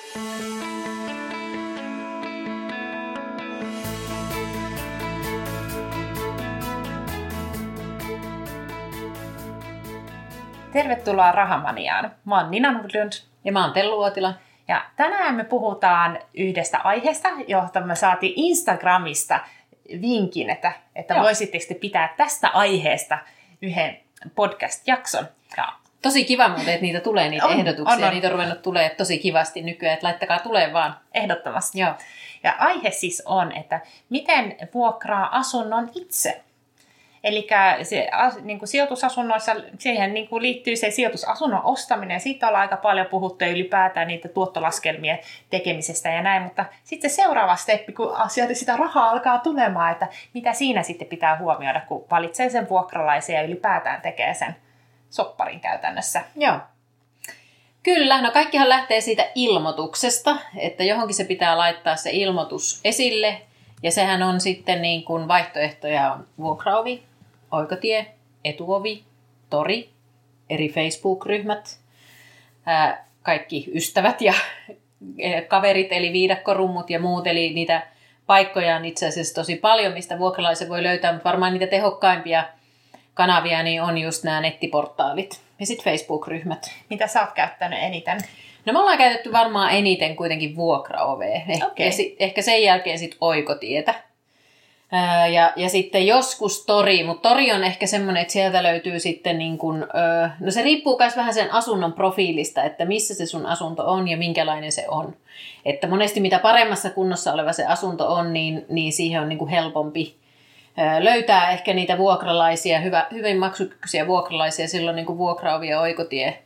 Tervetuloa Rahamaniaan. Mä oon Nina Nordlund. Ja mä oon Tellu Uotila. Ja tänään me puhutaan yhdestä aiheesta, johon me saatiin Instagramista vinkin, että voisitteko te pitää tästä aiheesta yhden podcast-jakson. Ja tosi kiva muuten, että niitä tulee niitä ehdotuksia. On. Niitä on ruvennut tulee tosi kivasti nykyään, että laittakaa tulee vaan. Ehdottomasti. Joo. Ja aihe siis on, että miten vuokraa asunnon itse. Eli niin sijoitusasunnoissa siihen niin liittyy se sijoitusasunnon ostaminen, ja siitä ollaan aika paljon puhuttu ylipäätään niitä tuottolaskelmien tekemisestä ja näin, mutta sitten se seuraava steppi, kun sieltä sitä rahaa alkaa tulemaan, että mitä siinä sitten pitää huomioida, kun valitsee sen vuokralaisen ja ylipäätään tekee sen sopparin käytännössä. Joo. Kyllä, no kaikkihan lähtee siitä ilmoituksesta, että johonkin se pitää laittaa se ilmoitus esille, ja sehän on sitten niin kuin vaihtoehtoja on vuokraovi, oikotie, etuovi, tori, eri Facebook-ryhmät, kaikki ystävät ja kaverit, eli viidakkorummut ja muut, eli niitä paikkoja on itse asiassa tosi paljon, mistä vuokralaisen voi löytää, mutta varmaan niitä tehokkaimpia kanavia niin on just nämä nettiportaalit ja sitten Facebook-ryhmät. Mitä sä oot käyttänyt eniten? No me ollaan käytetty varmaan eniten kuitenkin vuokraovea. Okay. Ehkä sen jälkeen sitten oikotietä. Ja sitten joskus tori, mutta tori on ehkä semmoinen, että sieltä löytyy sitten niin kuin, no se riippuu myös vähän sen asunnon profiilista, että missä se sun asunto on ja minkälainen se on. Että monesti mitä paremmassa kunnossa oleva se asunto on, niin siihen on niin kuin helpompi löytää ehkä niitä vuokralaisia, hyvin maksukykyisiä vuokralaisia, silloin niin kuin vuokraovi ja oikotie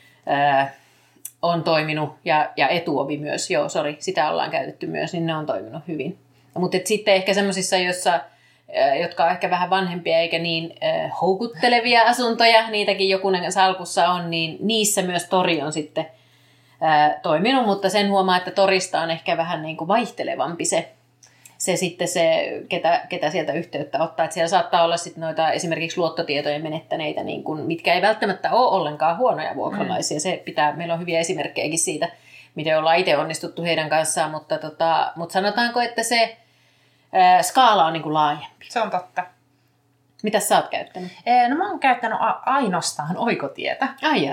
on toiminut, ja etuovi myös, sitä ollaan käytetty myös, niin ne on toiminut hyvin. Mutta sitten ehkä semmoisissa, jotka on ehkä vähän vanhempia eikä niin houkuttelevia asuntoja, niitäkin jokunen salkussa on, niin niissä myös tori on sitten toiminut, mutta sen huomaa, että torista on ehkä vähän niin kuin vaihtelevampi se sitten se, ketä sieltä yhteyttä ottaa. Että siellä saattaa olla sitten noita esimerkiksi luottotietojen menettäneitä, niin kun, mitkä ei välttämättä ole ollenkaan huonoja vuokralaisia. Meillä on hyviä esimerkkejäkin siitä, miten ollaan itse onnistuttu heidän kanssaan, mutta sanotaanko, että se skaala on niin kuin laajempi. Se on totta. Mitäs sä oot käyttänyt? No mä oon käyttänyt ainoastaan oikotietä.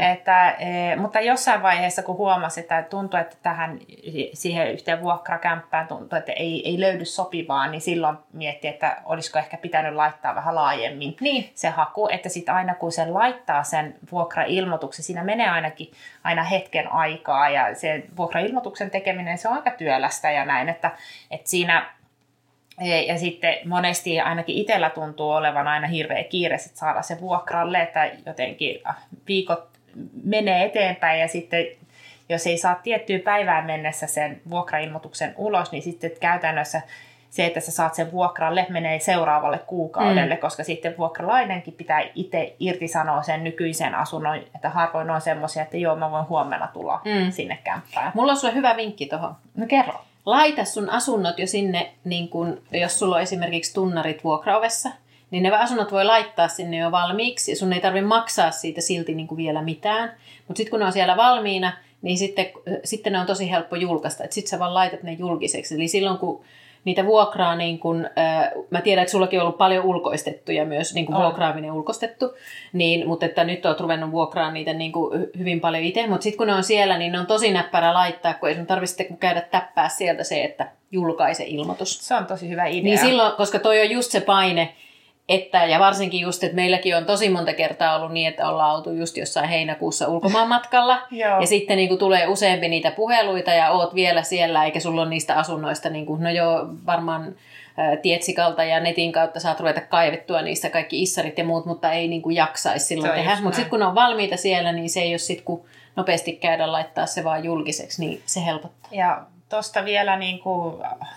Mutta jossain vaiheessa, kun huomasin, että tuntuu, että siihen yhteen vuokrakämppään tuntuu, että ei löydy sopivaa, niin silloin mietti, että olisiko ehkä pitänyt laittaa vähän laajemmin se haku. Että sitten aina kun sen laittaa sen vuokrailmoituksen, siinä menee aina hetken aikaa, ja se vuokrailmoituksen tekeminen, se on aika työlästä ja näin, että siinä. Ja sitten monesti ainakin itsellä tuntuu olevan aina hirveä kiire saada se vuokralle, että jotenkin viikot menee eteenpäin, ja sitten jos ei saa tiettyä päivään mennessä sen vuokrailmoituksen ulos, niin sitten käytännössä se, että sä saat sen vuokralle, menee seuraavalle kuukaudelle, koska sitten vuokralainenkin pitää itse irtisanoa sen nykyisen asunnon, että harvoin on semmoisia, että joo, mä voin huomenna tulla sinne kämppään. Mulla on sulle hyvä vinkki tuohon. No kerro. Laita sun asunnot jo sinne, niin kun, jos sulla on esimerkiksi tunnarit vuokraovessa, niin ne asunnot voi laittaa sinne jo valmiiksi, ja sun ei tarvitse maksaa siitä silti niin kuin vielä mitään. Mutta sitten kun ne on siellä valmiina, niin sitten ne on tosi helppo julkaista, että sitten sä vaan laitat ne julkiseksi. Eli silloin kun niitä vuokraa, niin kun, mä tiedän, että sullakin on ollut paljon ulkoistettuja myös, niin kuin vuokraaminen ulkoistettu, mutta että nyt oot ruvennut vuokraamaan niitä niin kuin hyvin paljon itse, mutta sitten kun ne on siellä, niin ne on tosi näppärä laittaa, kun ei sun tarvitse käydä täppää sieltä se, että julkaise ilmoitus. Se on tosi hyvä idea. Niin silloin, koska toi on just se paine, ja varsinkin just, että meilläkin on tosi monta kertaa ollut niin, että ollaan oltu just jossain heinäkuussa ulkomaanmatkalla. Ja sitten niin kuin tulee useampi niitä puheluita ja oot vielä siellä, eikä sulla ole niistä asunnoista, niin kuin, no joo, varmaan Tietsikalta ja netin kautta saat ruveta kaivettua niistä kaikki issarit ja muut, mutta ei niin kuin jaksaisi silloin tehdä. Mutta sitten kun ne on valmiita siellä, niin se ei ole sitten, kun nopeasti käydä laittaa se vaan julkiseksi, niin se helpottaa. Ja tuosta vielä niin kuin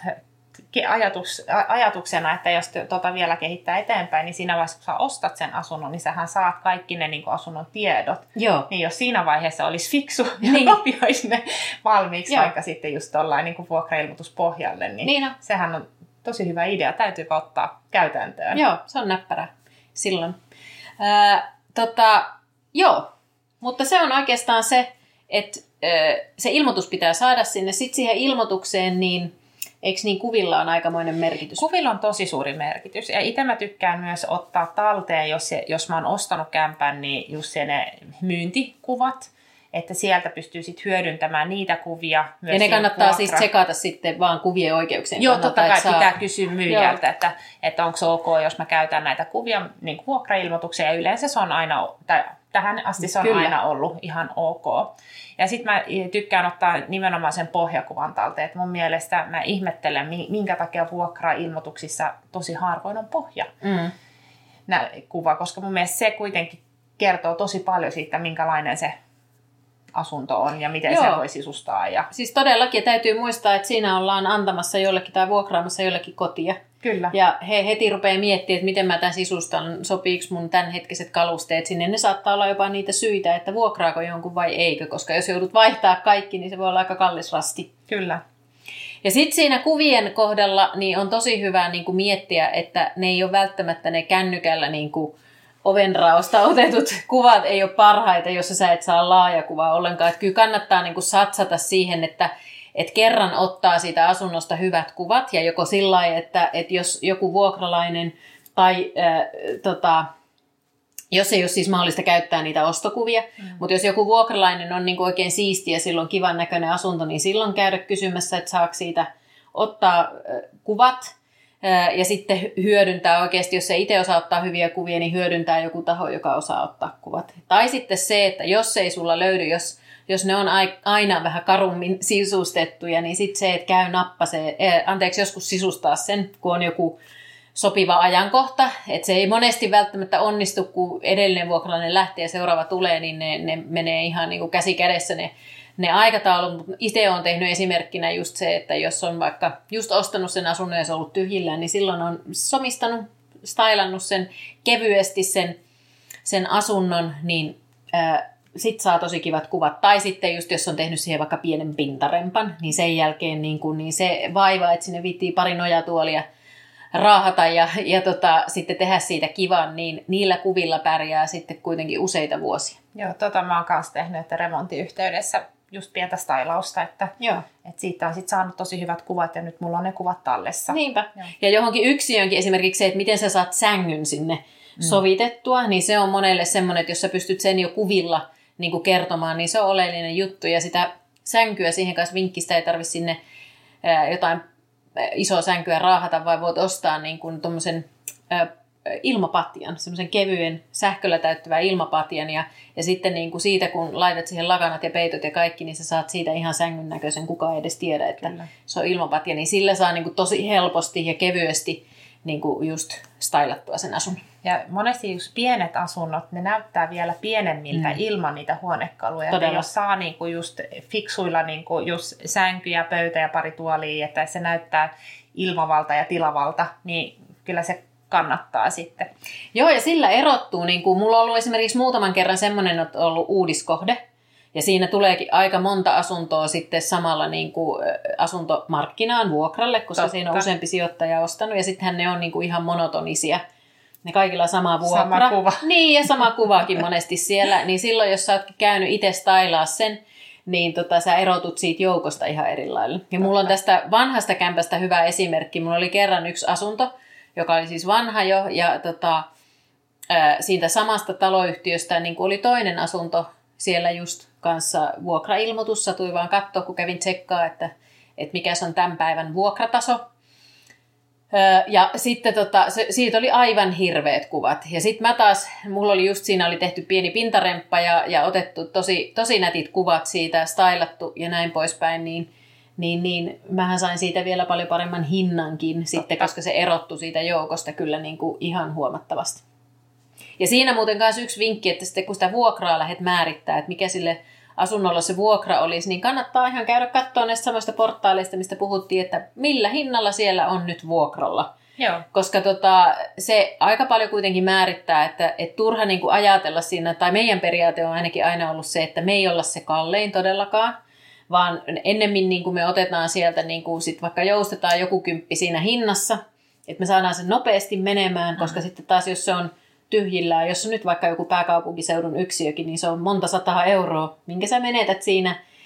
ajatuksena, että jos vielä kehittää eteenpäin, niin siinä vaiheessa, kun sä ostat sen asunnon, niin sähän saat kaikki ne niin kuin asunnon tiedot. Joo. Niin jos siinä vaiheessa olisi fiksu ja kopioisi ne valmiiksi, vaikka sitten just tuollain niin kuin vuokrailmoituspohjalle, niin sehän on tosi hyvä idea. Täytyypä ottaa käytäntöön. Joo, se on näppärä silloin. Joo, mutta se on oikeastaan se, että se ilmoitus pitää saada sinne. Sitten siihen ilmoitukseen, niin eikö niin kuvilla on aikamoinen merkitys? Kuvilla on tosi suuri merkitys. Ja itse mä tykkään myös ottaa talteen, jos mä oon ostanut kämpän, niin just ne myyntikuvat. Että sieltä pystyy sitten hyödyntämään niitä kuvia. Myös ja ne kannattaa siis tsekata sitten vaan kuvien oikeuksien kannalta. Joo, totta kai pitää kysyä myyjältä, että onko se ok, jos mä käytän näitä kuvia niin vuokrailmoituksia. Ja yleensä se on aina, tai tähän asti se on aina ollut ihan ok. Ja sitten mä tykkään ottaa nimenomaan sen pohjakuvan talteen. Että mun mielestä mä ihmettelen, minkä takia vuokrailmoituksissa tosi harvoin on pohja kuva. Koska mun mielestä se kuitenkin kertoo tosi paljon siitä, minkälainen se asunto on ja miten se voi sisustaa. Ja siis todellakin täytyy muistaa, että siinä ollaan antamassa jollekin tai vuokraamassa jollekin kotia. Kyllä. Ja he heti rupeaa miettimään, että miten mä tämän sisustan, sopiiko mun tämänhetkiset kalusteet sinne. Ne saattaa olla jopa niitä syitä, että vuokraako jonkun vai eikö, koska jos joudut vaihtaa kaikki, niin se voi olla aika kallis rasti. Kyllä. Ja sitten siinä kuvien kohdalla niin on tosi hyvä niin kuin miettiä, että ne ei ole välttämättä ne kännykällä niin kuin ovenraosta otetut kuvat ei ole parhaita, jos sä et saa laajakuvaa ollenkaan. Että kyllä kannattaa niin kuin satsata siihen, että kerran ottaa siitä asunnosta hyvät kuvat ja joko sillä lailla, että jos joku vuokralainen tai jos ei ole siis mahdollista käyttää niitä ostokuvia, mutta jos joku vuokralainen on niin kuin oikein siistiä ja silloin kivan näköinen asunto, niin silloin käydä kysymässä, että saako siitä ottaa kuvat. Ja sitten hyödyntää oikeasti, jos ei itse osaa ottaa hyviä kuvia, niin hyödyntää joku taho, joka osaa ottaa kuvat. Tai sitten se, että jos ei sulla löydy, jos ne on aina vähän karummin sisustettuja, niin sitten se, että käy joskus sisustaa sen, kun on joku sopiva ajankohta. Että se ei monesti välttämättä onnistu, kun edellinen vuokralainen lähtee ja seuraava tulee, niin ne menee ihan niin kuin käsi kädessä ne aikataulut, mutta itse olen tehnyt esimerkkinä just se, että jos on vaikka just ostanut sen asunnon ja se on ollut tyhjillään, niin silloin on somistanut, stylannut sen kevyesti sen asunnon, niin sit saa tosi kivat kuvat. Tai sitten just jos on tehnyt siihen vaikka pienen pintarempan, niin sen jälkeen niin se vaiva, että sinne viittii pari nojatuolia raahata ja sitten tehdä siitä kivan, niin niillä kuvilla pärjää sitten kuitenkin useita vuosia. Joo, mä oon kanssa tehnyt, että remontiyhteydessä just pientä stylausta, että siitä on sitten saanut tosi hyvät kuvat ja nyt mulla on ne kuvat tallessa. Niinpä. Joo. Ja johonkin yksiöönkin esimerkiksi se, että miten sä saat sängyn sinne sovitettua, niin se on monelle semmoinen, että jos sä pystyt sen jo kuvilla niin kuin kertomaan, niin se on oleellinen juttu. Ja sitä sänkyä siihen kanssa vinkkistä ei tarvitse sinne jotain isoa sänkyä raahata, vai voit ostaa niin kuin tommosen ilmapatjan, semmoisen kevyen sähköllä täyttävän ilmapatjan ja sitten niin kuin siitä, kun laitat siihen lakanat ja peitot ja kaikki, niin sä saat siitä ihan sängyn näköisen, kukaan ei edes tiedä, että se on ilmapatja, niin sillä saa niin kuin tosi helposti ja kevyesti niin kuin just stylattua sen asunnon. Ja monesti just pienet asunnot, ne näyttää vielä pienemmiltä ilman niitä huonekaluja. Todella. Jos saa niinku just fiksuilla niinku just sänky ja pöytä ja pari tuolia, että se näyttää ilmavalta ja tilavalta, niin kyllä se kannattaa sitten. Joo, ja sillä erottuu. Niin kuin mulla on ollut esimerkiksi muutaman kerran semmoinen, että on ollut uudiskohde. Ja siinä tuleekin aika monta asuntoa sitten samalla niin kuin asuntomarkkinaan vuokralle, koska siinä on useampi sijoittaja ostanut. Ja sittenhän ne on niin kuin ihan monotonisia. Ne kaikilla sama vuokra. Sama kuva. Niin, ja sama kuvakin monesti siellä. Niin silloin, jos sä oot käynyt itse stylaa sen, niin sä erotut siitä joukosta ihan eri lailla. Ja mulla on tästä vanhasta kämpästä hyvä esimerkki. Mulla oli kerran yksi asunto, joka oli siis vanha jo, ja siitä samasta taloyhtiöstä niin oli toinen asunto siellä just kanssa vuokrailmoitus. Satuin vaan katsoa, kun kävin tsekkaa, että mikä se on tämän päivän vuokrataso. Ja sitten siitä oli aivan hirveät kuvat. Ja sitten mulla oli just siinä oli tehty pieni pintaremppa ja otettu tosi nätit kuvat siitä, stylattu ja näin poispäin, niin mähän sain siitä vielä paljon paremman hinnankin sitten, koska se erottui siitä joukosta kyllä niin kuin ihan huomattavasti. Ja siinä muuten myös yksi vinkki, että sitten kun sitä vuokraa lähdet määrittää, että mikä sille asunnolla se vuokra olisi, niin kannattaa ihan käydä katsoa näistä samoista portaaleista, mistä puhuttiin, että millä hinnalla siellä on nyt vuokralla. Joo. Koska se aika paljon kuitenkin määrittää, että turha niin kuin ajatella siinä, tai meidän periaate on ainakin aina ollut se, että me ei olla se kallein todellakaan, vaan ennemmin niin kuin me otetaan sieltä, niin kuin sit vaikka joustetaan joku kymppi siinä hinnassa, että me saadaan sen nopeasti menemään, koska sitten taas jos se on tyhjillään, jos on nyt vaikka joku pääkaupunkiseudun yksiökin, niin se on monta 100 euroa, minkä sä menetät siinä.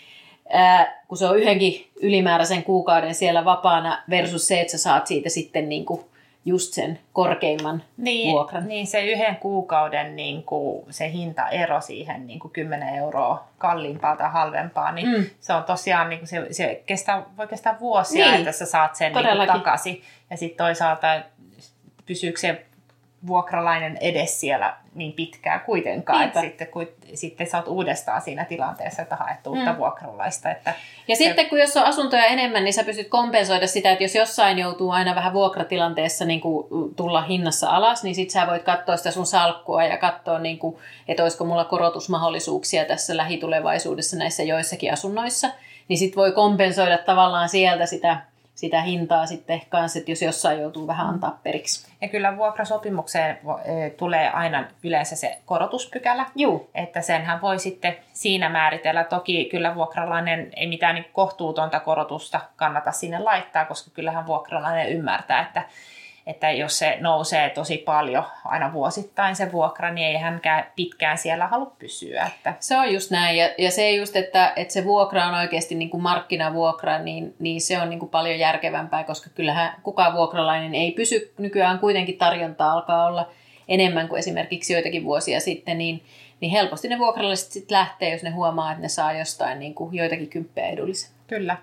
kun se on yhdenkin ylimääräisen kuukauden siellä vapaana versus se, että sä saat siitä sitten niin kuin just sen korkeimman vuokran. Niin, se 1 kuukauden niin kuin se hintaero siihen niin kuin 10 euroa kalliimpaa tai halvempaa, niin se on tosiaan, niin kuin se voi kestää vuosia, että sä saat sen niin kuin takaisin. Ja sitten toisaalta pysyykö se vuokralainen edes siellä niin pitkään kuitenkaan, että sitten sä oot uudestaan siinä tilanteessa, että haet uutta vuokralaista. Ja sitten kun jos on asuntoja enemmän, niin sä pystyt kompensoida sitä, että jos jossain joutuu aina vähän vuokratilanteessa niin kuin tulla hinnassa alas, niin sit sä voit katsoa sitä sun salkkua ja katsoa, niin kuin, että olisiko mulla korotusmahdollisuuksia tässä lähitulevaisuudessa näissä joissakin asunnoissa. Niin sit voi kompensoida tavallaan sieltä sitä hintaa sitten kanssa, että jos jossain joutuu vähän antaa periksi. Ja kyllä vuokrasopimukseen tulee aina yleensä se korotuspykälä, että senhän voi sitten siinä määritellä. Toki kyllä vuokralainen ei mitään niin kohtuutonta korotusta kannata sinne laittaa, koska kyllähän vuokralainen ymmärtää, että jos se nousee tosi paljon aina vuosittain se vuokra, niin ei hänkään pitkään siellä halua pysyä. Että. Se on just näin. Ja se just, että se vuokra on oikeasti niin kuin markkinavuokra, niin se on niin kuin paljon järkevämpää, koska kyllähän kukaan vuokralainen ei pysy. Nykyään kuitenkin tarjontaa alkaa olla enemmän kuin esimerkiksi joitakin vuosia sitten, niin helposti ne vuokralaiset sitten lähtee, jos ne huomaa, että ne saa jostain niin kuin joitakin kymppejä edullisemmin. Kyllä.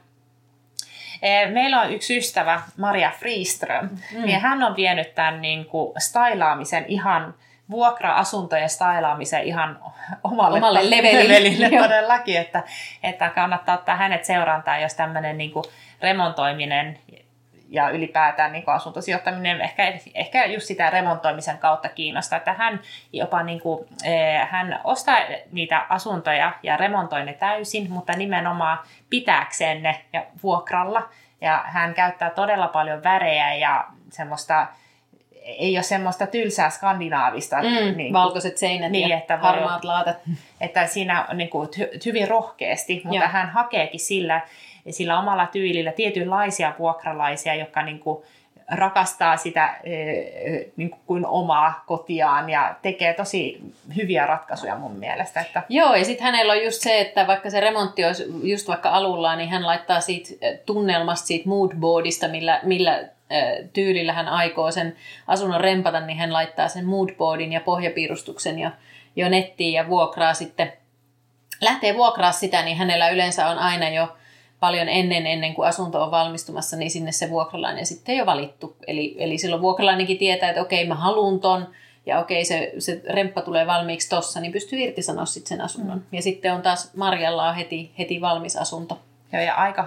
Meillä on yksi ystävä, Maria Friström, niin hän on vienyt tämän niin kuin stylaamisen ihan, vuokra-asuntojen stylaamisen ihan omalle levelille todellakin, että kannattaa ottaa hänet seurantaan, jos tämmöinen niin kuin remontoiminen ja ylipäätään niin kuin asuntosijoittaminen ehkä just sitä remontoimisen kautta kiinnostaa, että hän jopa niin kuin, hän ostaa niitä asuntoja ja remontoi ne täysin, mutta nimenomaan pitääkseen ne ja vuokralla. Ja hän käyttää todella paljon värejä ja semmoista, ei ole semmoista tylsää skandinaavista. Niin valkoiset seinät niin, ja että harmaat laatat. Että siinä on niin kuin hyvin rohkeasti, mutta hän hakeekin sillä omalla tyylillä tietynlaisia vuokralaisia, jotka niin kuin rakastaa sitä niin kuin omaa kotiaan ja tekee tosi hyviä ratkaisuja mun mielestä. Että. Joo, ja sitten hänellä on just se, että vaikka se remontti olisi just vaikka alulla, niin hän laittaa siitä tunnelmasta, siitä moodboardista, millä tyylillä hän aikoo sen asunnon rempata, niin hän laittaa sen moodboardin ja pohjapiirustuksen jo nettiin ja vuokraa sitten. Lähtee vuokraa sitä, niin hänellä yleensä on aina jo paljon ennen kuin asunto on valmistumassa, niin sinne se vuokralainen sitten jo valittu. Eli silloin vuokralainenkin tietää, että okei, mä haluun ton, ja okei, se remppa tulee valmiiksi tossa, niin pystyy irtisanoa sitten sen asunnon. Ja sitten on taas Marjalla on heti valmis asunto. Joo, ja aika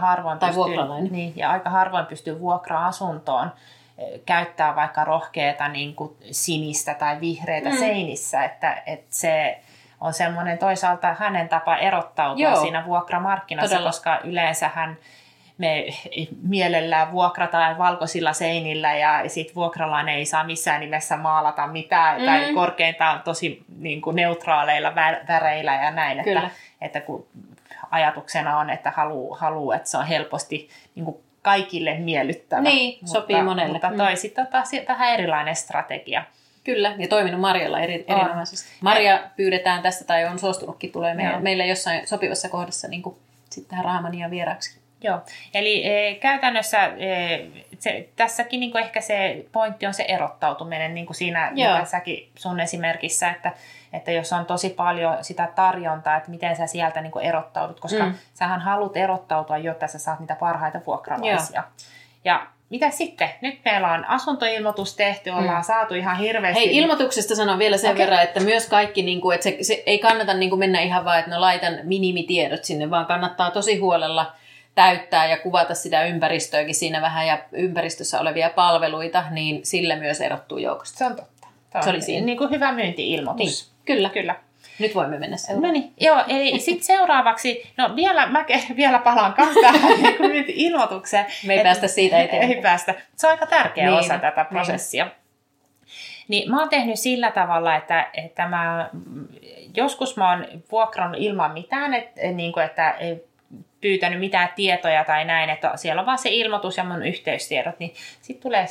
harvoin pystyy vuokra-asuntoon käyttää vaikka rohkeata niin kuin sinistä tai vihreitä seinissä, että se on semmoinen toisaalta hänen tapa erottautua siinä vuokramarkkinassa, koska yleensähän me mielellään vuokrataan valkoisilla seinillä ja sit vuokralainen ei saa missään nimessä maalata mitään tai korkeintaan tosi niin kuin neutraaleilla väreillä ja näin, että kun ajatuksena on, että haluaa, että se on helposti niin kuin kaikille miellyttävä. Niin, sopii monelle. Mutta toi sitten on taas vähän erilainen strategia. Kyllä, ja toiminut Marjalla erinomaisesti. Marja pyydetään tästä tai on suostunutkin tulee meille jossain sopivassa kohdassa niin kuin sitten tähän Rahamaniaan vieraaksi. Joo, eli käytännössä tässäkin niin kuin ehkä se pointti on se erottautuminen, niin kuin siinä säkin sun esimerkissä, että jos on tosi paljon sitä tarjontaa, että miten sä sieltä niin kuin erottaudut, koska sähän haluat erottautua, jotta sä saat niitä parhaita vuokralaisia. Ja mitä sitten? Nyt meillä on asuntoilmoitus tehty, ollaan saatu ihan hirveästi. Hei, ilmoituksesta sanon vielä sen verran, että myös kaikki, että se ei kannata mennä ihan vaan, että laitan minimitiedot sinne, vaan kannattaa tosi huolella täyttää ja kuvata sitä ympäristöäkin siinä vähän ja ympäristössä olevia palveluita, niin sillä myös erottuu joukosta. Se on totta. Se oli siinä. Niin kuin hyvä myynti-ilmoitus. Niin, kyllä. Nyt voimme mennä seuraavaksi. No niin, joo, eli sitten seuraavaksi, mä vielä palaan kanssa tähän myynti-ilmoitukseen. Me ei päästä siitä eteenpäin. Ei päästä. Se on aika tärkeä osa tätä prosessia. Niin mä oon tehnyt sillä tavalla, että joskus mä oon vuokrannut ilman mitään, että ei pyytänyt mitään tietoja tai näin, että siellä on vaan se ilmoitus ja mun yhteystiedot, niin sitten tulee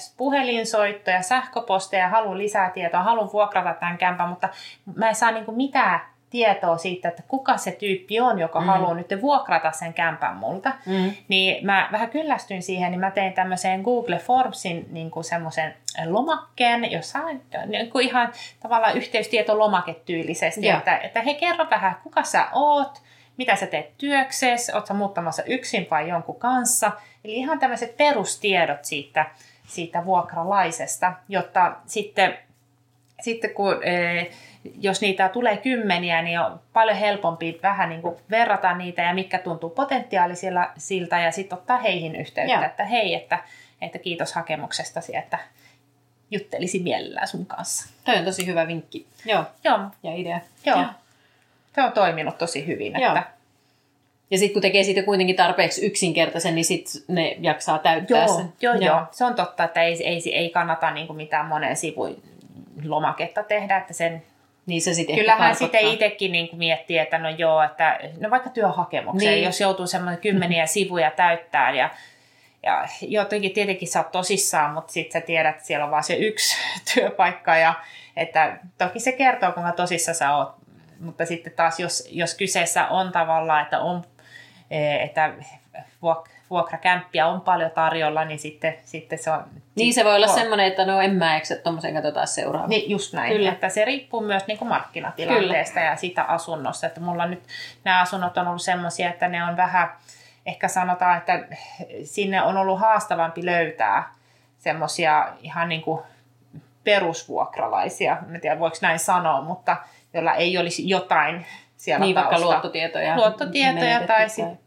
puhelinsoittoja, sähköposteja, haluan lisää tietoa, haluan vuokrata tämän kämpän, mutta mä en saa mitään tietoa siitä, että kuka se tyyppi on, joka haluaa nyt vuokrata sen kämpän multa. Niin mä vähän kyllästyin siihen, niin mä tein tämmöiseen Google Formsin niin kuin semmoisen lomakkeen, jossa on niin kuin ihan tavallaan yhteystietolomaketyylisesti, että he kerro vähän, kuka sä oot, mitä sä teet työksesi, oot sä muuttamassa yksin vai jonkun kanssa. Eli ihan tämmöiset perustiedot siitä vuokralaisesta, jotta sitten kun, jos niitä tulee kymmeniä, niin on paljon helpompi vähän niin kuin verrata niitä ja mitkä tuntuu potentiaalisilta ja sitten ottaa heihin yhteyttä, että hei, että kiitos hakemuksestasi, että juttelisi mielellään sun kanssa. Toi on tosi hyvä vinkki. Joo. Ja idea. Joo. Se on toiminut tosi hyvin. Että... Ja sitten kun tekee siitä kuitenkin tarpeeksi yksinkertaisen, niin sitten ne jaksaa täyttää sen. Joo. Se on totta, että ei kannata niin kuin mitään monen sivun lomaketta tehdä, että sen... Niin se sitten kyllähän sitten itsekin niin kuin miettii, että no vaikka työhakemukseen, jos joutuu semmoinen 10 sivuja täyttää ja jotenkin tietenkin sä oot tosissaan, mutta sitten sä tiedät, että siellä on vaan se yksi työpaikka ja että toki se kertoo, kuinka tosissaan sä oot, mutta sitten taas jos kyseessä on tavallaan, että vuokrakämppiä on paljon tarjolla, niin sitten se on... Niin se voi olla semmoinen, että no en mä eksä, tuommoisen katsotaan seuraava. Niin just näin, Kyllä. Että se riippuu myös niin kuin markkinatilanteesta ja siitä asunnosta. Että mulla nyt nämä asunnot on ollut semmoisia, että ne on vähän, ehkä sanotaan, että sinne on ollut haastavampi löytää semmoisia ihan niin kuin perusvuokralaisia. En tiedä, voiko näin sanoa, mutta jolla ei olisi jotain... Niin, vaikka luottotietoja tai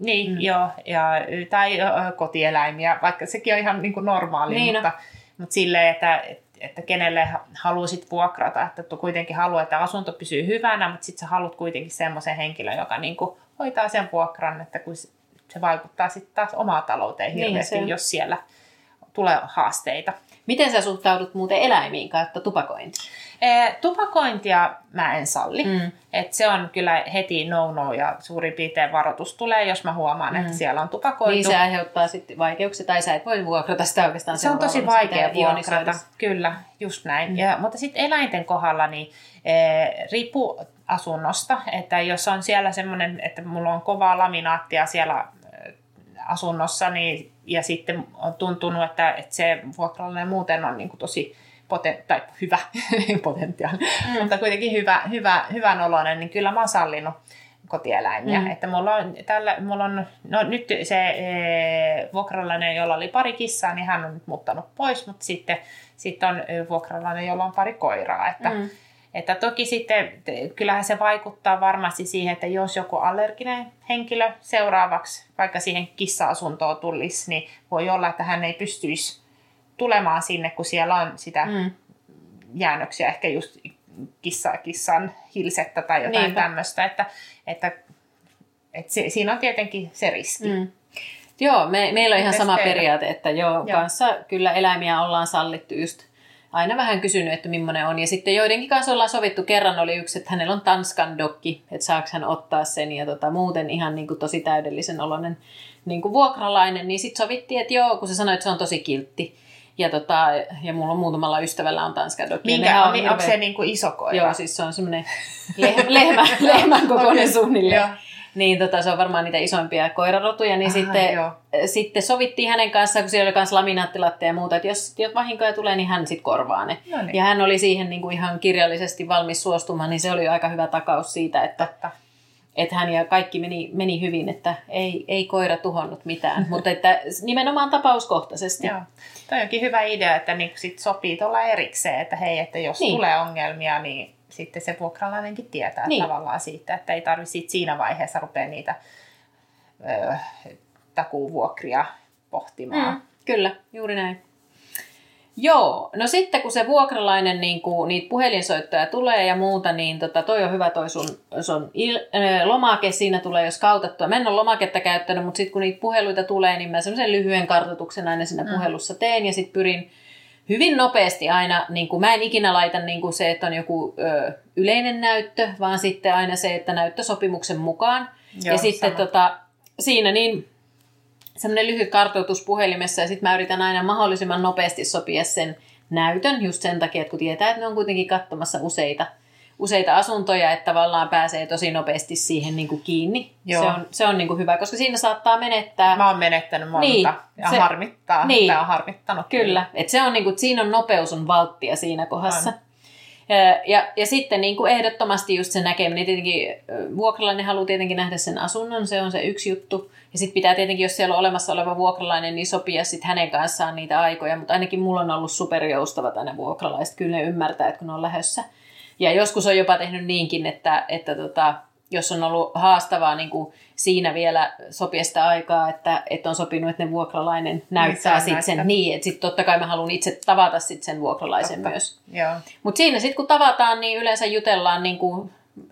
tai kotieläimiä, vaikka sekin on ihan niin kuin normaali, niin, mutta silleen, että kenelle haluaisit vuokrata, että kuitenkin haluaa, että asunto pysyy hyvänä, mutta sitten sä haluat kuitenkin semmoisen henkilön, joka niin kuin hoitaa sen vuokran, että kun se vaikuttaa sitten taas omaan talouteen hirveästi, jos siellä tulee haasteita. Miten sä suhtaudut muuten eläimiin kautta tupakointiin? Tupakointia mä en salli. Et se on kyllä heti no ja suurin piirtein varoitus tulee, jos mä huomaan, että siellä on tupakoitu. Niin se aiheuttaa sitten vaikeuksia, tai sä et voi vuokrata sitä oikeastaan. Se on tosi vaikea vuokrata, kyllä, just näin. Mutta sitten eläinten kohdalla niin riippuu asunnosta, että jos on siellä semmoinen, että mulla on kovaa laminaattia siellä asunnossa, niin, ja sitten on tuntunut, että se vuokralainen muuten on niin kuin tosi hyvä potentiaali, mutta kuitenkin hyvän oloinen, niin kyllä mä oon sallinut kotieläimiä. Että mulla on nyt se vuokralainen, jolla oli pari kissaa, niin hän on nyt muuttanut pois, mutta sitten on vuokralainen, jolla on pari koiraa. Että toki sitten kyllähän se vaikuttaa varmasti siihen, että jos joku allerginen henkilö seuraavaksi vaikka siihen kissa-asuntoon tulisi, niin voi olla, että hän ei pystyisi tulemaan sinne, kun siellä on sitä jäännöksiä, ehkä just kissan hilsettä tai jotain tämmöistä, että siinä on tietenkin se riski. Joo, meillä on ihan sama periaate, että kanssa kyllä eläimiä ollaan sallittu just aina vähän kysynyt, että millainen on. Ja sitten joidenkin kanssa ollaan sovittu, kerran oli yksi, että hänellä on Tanskan dokki, että saako hän ottaa sen. Ja muuten ihan niin kuin tosi täydellisen oloinen niin kuin vuokralainen. Niin sitten sovittiin, että joo, kun se sanoi, että se on tosi kiltti. Ja mulla on muutamalla ystävällä on Tanskan dokki. Onko se niin kuin iso koira? Joo, siis se on semmoinen lehmän kokoinen suunnilleen. Niin se on varmaan niitä isoimpia koirarotuja, niin sitten sovittiin hänen kanssaan, kun siellä oli myös laminaattilatteja ja muuta, että jos vahinkoja tulee, niin hän sitten korvaa ne. Ja hän oli siihen niin kuin ihan kirjallisesti valmis suostumaan, niin se oli aika hyvä takaus siitä, että hän ja kaikki meni hyvin, että ei koira tuhonnut mitään, mutta että nimenomaan tapauskohtaisesti. Joo. Toi onkin hyvä idea, että niin sit sopii tuolla erikseen, että hei, että jos tulee ongelmia, niin sitten se vuokralainenkin tietää tavallaan siitä, että ei tarvitse siinä vaiheessa rupea niitä takuuvuokria pohtimaan. Kyllä, juuri näin. Joo, no sitten kun se vuokralainen niitä puhelinsoittoja tulee ja muuta, niin toi on hyvä toi sun lomake siinä tulee jo skautattua. Mä en ole lomaketta käyttänyt, mutta sitten kun niitä puheluita tulee, niin mä semmoisen lyhyen kartoituksen aina siinä puhelussa teen ja sitten pyrin hyvin nopeasti aina, niin kuin mä en ikinä laita niin kuin se, että on joku yleinen näyttö, vaan sitten aina se, että näyttösopimuksen mukaan. Joo, ja sitten siinä niin semmoinen lyhyt kartoitus puhelimessa ja sitten mä yritän aina mahdollisimman nopeasti sopia sen näytön just sen takia, että kun tietää, että ne on kuitenkin katsomassa useita asuntoja, että tavallaan pääsee tosi nopeasti siihen niin kuin kiinni. Se on niin kuin hyvä, koska siinä saattaa menettää. Mä oon menettänyt monta ja harmittaa. Niin, tämä on harmittanut. Kyllä, että se on niin kuin, siinä on nopeus on valttia siinä kohdassa. Ja sitten niin kuin ehdottomasti just se näkeminen. Tietenkin vuokralainen haluaa tietenkin nähdä sen asunnon, se on se yksi juttu. Ja sitten pitää tietenkin, jos siellä on olemassa oleva vuokralainen, niin sopia sitten hänen kanssaan niitä aikoja. Mutta ainakin mulla on ollut superjoustavat aina vuokralaiset. Kyllä ne ymmärtää, että kun ne on lähdössä. Ja joskus on jopa tehnyt niinkin, että jos on ollut haastavaa niin kuin siinä vielä sopia sitä aikaa, että on sopinut, että ne vuokralainen näyttää sitten sen niin, että sitten totta kai mä haluan itse tavata sitten sen vuokralaisen myös. Mutta siinä sitten kun tavataan, niin yleensä jutellaan niin kuin,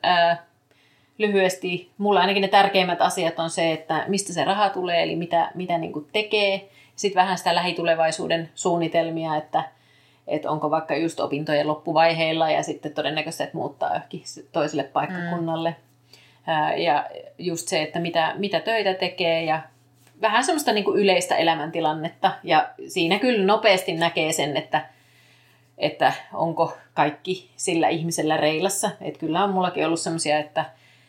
lyhyesti. Mulla ainakin ne tärkeimmät asiat on se, että mistä se raha tulee, eli mitä niin kuin tekee. Sitten vähän sitä lähitulevaisuuden suunnitelmia, että onko vaikka just opintojen loppuvaiheilla ja sitten todennäköisesti, että muuttaa johonkin toiselle paikkakunnalle. Ja just se, että mitä töitä tekee ja vähän semmoista niin kuin yleistä elämäntilannetta. Ja siinä kyllä nopeasti näkee sen, että onko kaikki sillä ihmisellä reilassa. Että kyllä on mullakin ollut semmoisia, että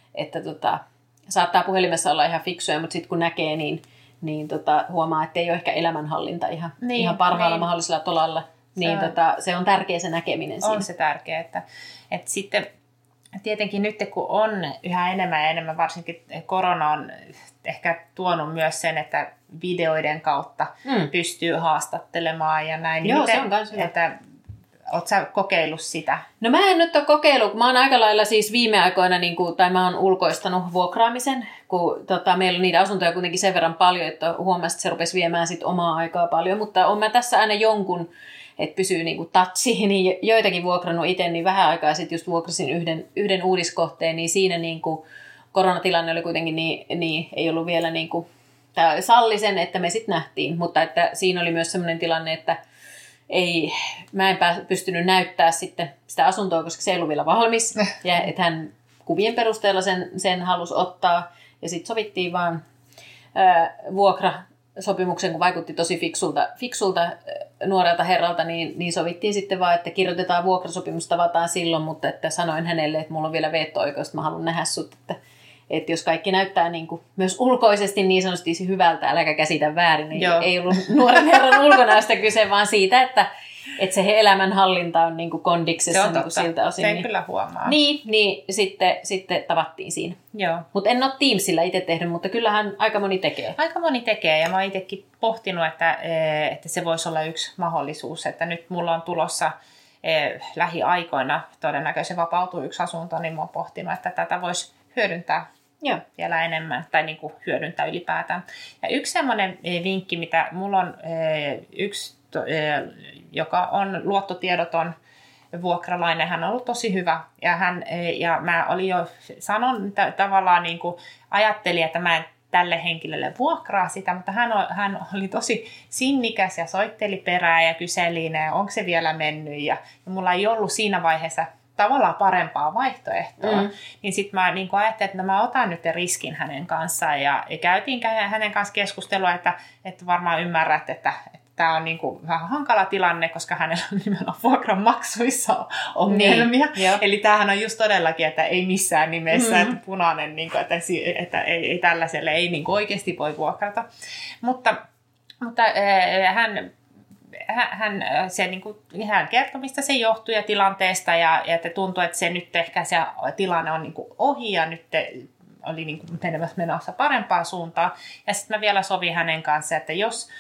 saattaa puhelimessa olla ihan fiksuja, mutta sitten kun näkee, niin huomaa, että ei ole ehkä elämänhallinta ihan parhaalla mahdollisella tolalla. Niin se on tärkeä se näkeminen siinä. On se tärkeä, että sitten tietenkin nyt kun on yhä enemmän ja enemmän, varsinkin korona on ehkä tuonut myös sen, että videoiden kautta pystyy haastattelemaan ja näin. Joo, se on kans hyvä. Oletko sä kokeillut sitä? No mä en nyt ole kokeillut. Mä oon aika lailla siis viime aikoina, tai mä oon ulkoistanut vuokraamisen, kun meillä on niitä asuntoja kuitenkin sen verran paljon, että huomasin, että se rupesi viemään sit omaa aikaa paljon. Mutta on mä tässä aina jonkun, että pysyy niinku tatsiin, niin joitakin vuokrannut itse, niin vähän aikaa sitten just vuokrasin yhden uudiskohteen, niin siinä niinku koronatilanne oli kuitenkin niin ei ollut vielä niinku, tai sallisen, että me sitten nähtiin, mutta että siinä oli myös sellainen tilanne, että mä en pystynyt näyttää sitten sitä asuntoa, koska se ei ollut vielä valmis, ja että hän kuvien perusteella sen halusi ottaa, ja sitten sovittiin vaan vuokrasopimuksen, kun vaikutti tosi fiksulta nuorelta herralta, niin sovittiin sitten vaan, että kirjoitetaan vuokrasopimus, tavataan silloin, mutta että sanoin hänelle, että mulla on vielä veto-oikeus, että mä haluan nähdä sut, että jos kaikki näyttää niin kuin myös ulkoisesti niin sanotusti hyvältä, äläkä käsitä väärin, niin ei ollut nuoren herran ulkonäöstä kyse, vaan siitä, että se elämänhallinta on niin kuin kondiksessa niin kuin siltä osin. Sen kyllä huomaa. Niin sitten tavattiin siinä. Mutta en ole Teamsilla itse tehnyt, mutta kyllähän aika moni tekee. Aika moni tekee, ja mä oon itsekin pohtinut, että se voisi olla yksi mahdollisuus, että nyt mulla on tulossa lähiaikoina todennäköisesti vapautuu yksi asunto, niin mä oon pohtinut, että tätä voisi hyödyntää vielä enemmän, tai niin kuin hyödyntää ylipäätään. Ja yksi semmoinen vinkki, mitä mulla on yksi, joka on luottotiedoton vuokralainen, hän on ollut tosi hyvä, ja mä olin jo tavallaan niin kuin ajattelin, että mä en tälle henkilölle vuokraa sitä, mutta hän oli tosi sinnikäs ja soitteli perään ja kyseli, onko se vielä mennyt, ja mulla ei ollut siinä vaiheessa tavallaan parempaa vaihtoehtoa. Niin sitten mä niin ajattelin, että mä otan nyt riskin hänen kanssaan, ja käytiin hänen kanssa keskustelua, että varmaan ymmärrät, että tämä on niin kuin vähän hankala tilanne, koska hänellä on nimenomaan vuokran maksuissa ongelmia. Eli tämähän on just todellakin, että ei missään nimessä, että punainen, niin kuin, että ei tällaiselle ei niin kuin oikeasti voi vuokrata. Mutta hän kertoi, mistä se johtui ja tilanteesta, ja että tuntui, että se nyt ehkä se tilanne on niin kuin ohi, ja nyt oli niin kuin menossa parempaa suuntaan. Ja sitten mä vielä sovin hänen kanssa, että